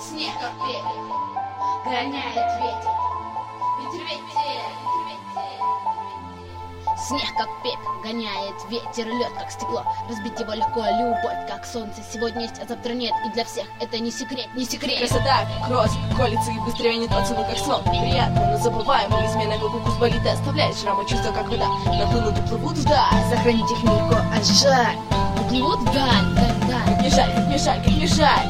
Снег как пепел гоняет ветер. Снег как пепел гоняет ветер, лед как стекло. Разбить его легко, любовь как солнце. Сегодня есть, а завтра нет, и для всех это не секрет, не секрет. Красота как роза, колется и быстрее не поцелуй как сон. Приятно, но забываемо, измена как укус болит и оставляет шрамы, чувства как вода. Нахлынут и плывут вдаль. Сохранить их нелегко, а жаль. Уплывут вдаль, да. Как не жаль, как не жаль, как не жаль.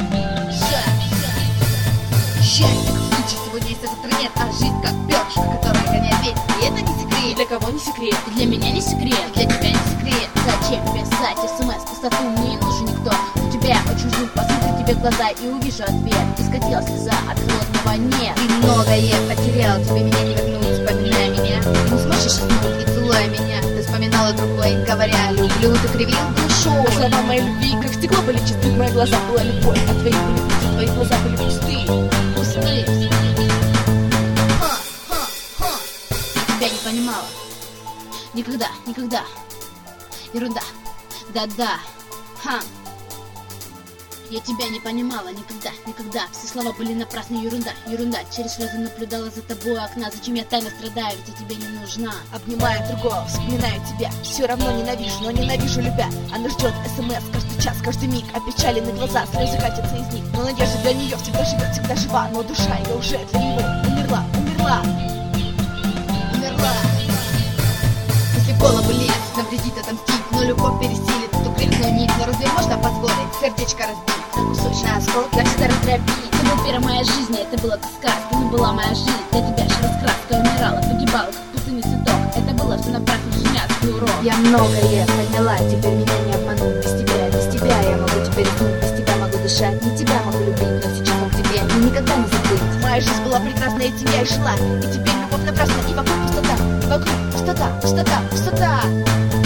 Счастье как случай, сегодня есть, а завтра нет. А жизнь как перышко, которое гоняет ветер. И это не секрет. И для кого не секрет? И для меня не секрет, и для тебя не секрет. Зачем писать смс, пустоту мне не нужен никто. У тебя очень жду, посмотрю тебе в глаза и увижу ответ. И скатилась слеза от холодного нет. Ты многое потерял, тебе меня не вернуть, вспоминая меня. Ты не сможешь уснуть и целуя меня. Ты вспоминала другой, говоря люблю, ты кривил душу. А слова моей любви, как стекло, были чисты в моих глазах. Была любовь, а твои были пути, твои глаза были пусты. Пусты. Тебя не понимала. Никогда, никогда. Ерунда. Да-да. Ха. Я тебя не понимала никогда, никогда. Все слова были напрасной, ерунда. Через слезы наблюдала за тобой у окна. Зачем я тайно страдаю, ведь я тебе не нужна. Обнимаю другого, вспоминаю тебя. Все равно ненавижу, но ненавижу любя. Она ждет СМС каждый час, каждый миг. Опечаленные глаза, слезы катятся из них. Но надежда для нее всегда живет, всегда жива. Но душа ее уже для него умерла. Если голову лез, навредит отомстить. Но любовь пересилит эту грязную нить. Но разве можно позволить сердечко разбить на кусочки, на осколки, как всегда раздробить? Ты был первой моей жизни, это была тоска. Ты не была моя жизнь, для тебя же раскраска. Умирала, погибала, как пустынный цветок. Это было все напрасно, жнецкий урок. Я многое поняла, теперь меня не обмануть. Без тебя я могу теперь уснуть. Без тебя могу дышать, не тебя могу любить. Но сейчас к тебе и никогда не забыть. Моя жизнь была прекрасна, этим я и жила. И теперь любовь напрасна, и вокруг пустота. Вокруг пустота.